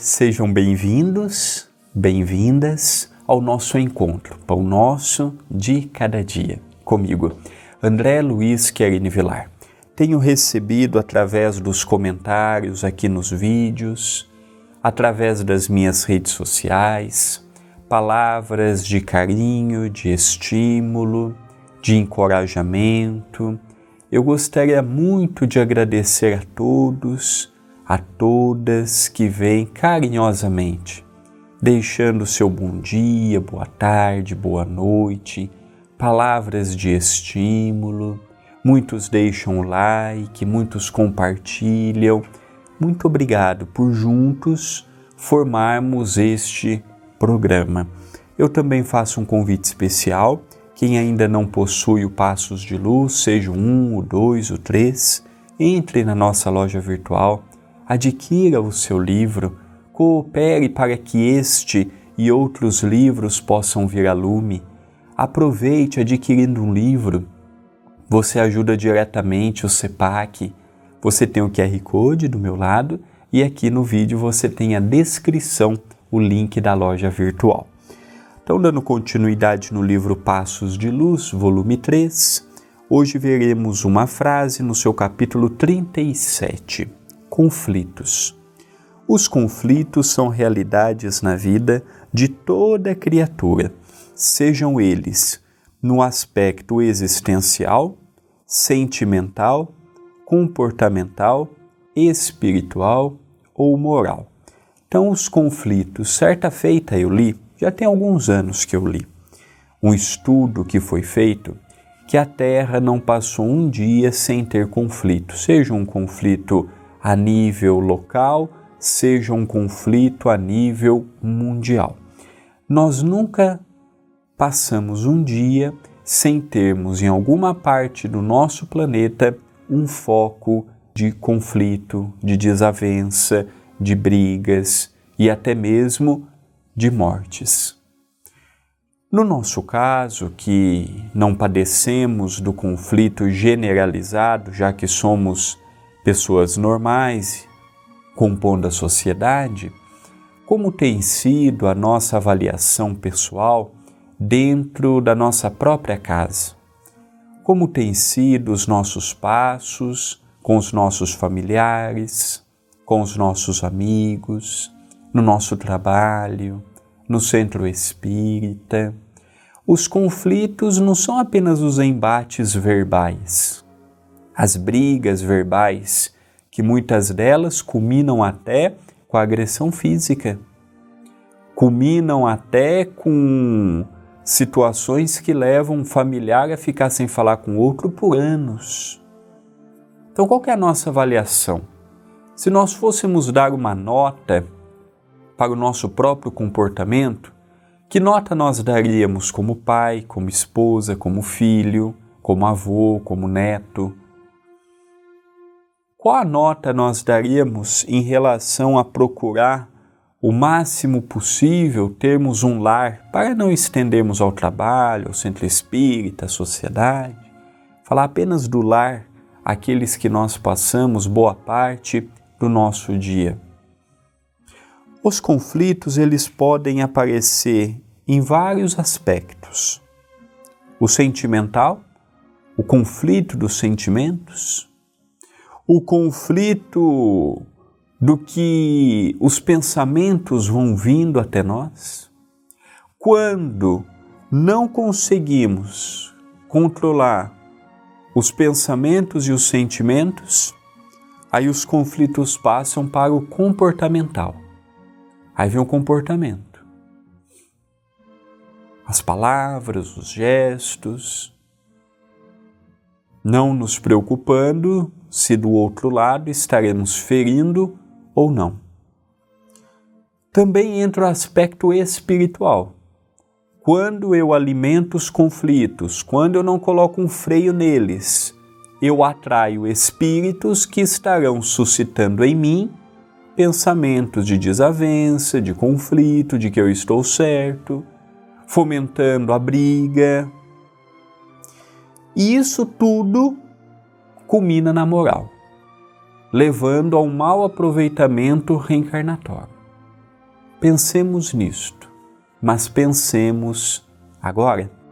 Sejam bem-vindos, bem-vindas ao nosso encontro, Pão Nosso de Cada Dia. Comigo, André Luiz Querini Vilar. Tenho recebido através dos comentários aqui nos vídeos, através das minhas redes sociais, palavras de carinho, de estímulo, de encorajamento. Eu gostaria muito de agradecer a todos, a todas que vêm carinhosamente, deixando seu bom dia, boa tarde, boa noite, palavras de estímulo. Muitos deixam o like, muitos compartilham. Muito obrigado por juntos formarmos este programa. Eu também faço um convite especial. Quem ainda não possui o Passos de Luz, seja o 1, o 2, o 3, entre na nossa loja virtual, adquira o seu livro, coopere para que este e outros livros possam vir a lume. Aproveite adquirindo um livro. Você ajuda diretamente o CEPAC. Você tem o QR Code do meu lado e aqui no vídeo você tem a descrição, o link da loja virtual. Então, dando continuidade no livro Passos de Luz, volume 3, hoje veremos uma frase no seu capítulo 37, conflitos. Os conflitos são realidades na vida de toda criatura, sejam eles no aspecto existencial, sentimental, comportamental, espiritual ou moral. Então, os conflitos, certa feita eu li, já tem alguns anos que eu li, um estudo que foi feito que a Terra não passou um dia sem ter conflito, seja um conflito a nível local, seja um conflito a nível mundial. Nós nunca passamos um dia sem termos em alguma parte do nosso planeta um foco de conflito, de desavença, de brigas e até mesmo de mortes. No nosso caso, que não padecemos do conflito generalizado, já que somos pessoas normais, compondo a sociedade, como tem sido a nossa avaliação pessoal dentro da nossa própria casa? Como tem sido os nossos passos com os nossos familiares, com os nossos amigos, no nosso trabalho, no centro espírita? Os conflitos não são apenas os embates verbais, as brigas verbais, que muitas delas culminam até com a agressão física, culminam até com situações que levam um familiar a ficar sem falar com outro por anos. Então, qual que é a nossa avaliação? Se nós fôssemos dar uma nota para o nosso próprio comportamento, que nota nós daríamos como pai, como esposa, como filho, como avô, como neto? Qual a nota nós daríamos em relação a procurar o máximo possível termos um lar, para não estendermos ao trabalho, ao centro espírita, à sociedade, falar apenas do lar, aqueles que nós passamos boa parte do nosso dia? Os conflitos, eles podem aparecer em vários aspectos. O sentimental, o conflito dos sentimentos, o conflito do que os pensamentos vão vindo até nós. Quando não conseguimos controlar os pensamentos e os sentimentos, aí os conflitos passam para o comportamental. Aí vem o comportamento. As palavras, os gestos, não nos preocupando se do outro lado estaremos ferindo ou não. Também entra o aspecto espiritual. Quando eu alimento os conflitos, quando eu não coloco um freio neles, eu atraio espíritos que estarão suscitando em mim pensamentos de desavença, de conflito, de que eu estou certo, fomentando a briga. E isso tudo culmina na moral, levando a um mau aproveitamento reencarnatório. Pensemos nisto, mas pensemos agora.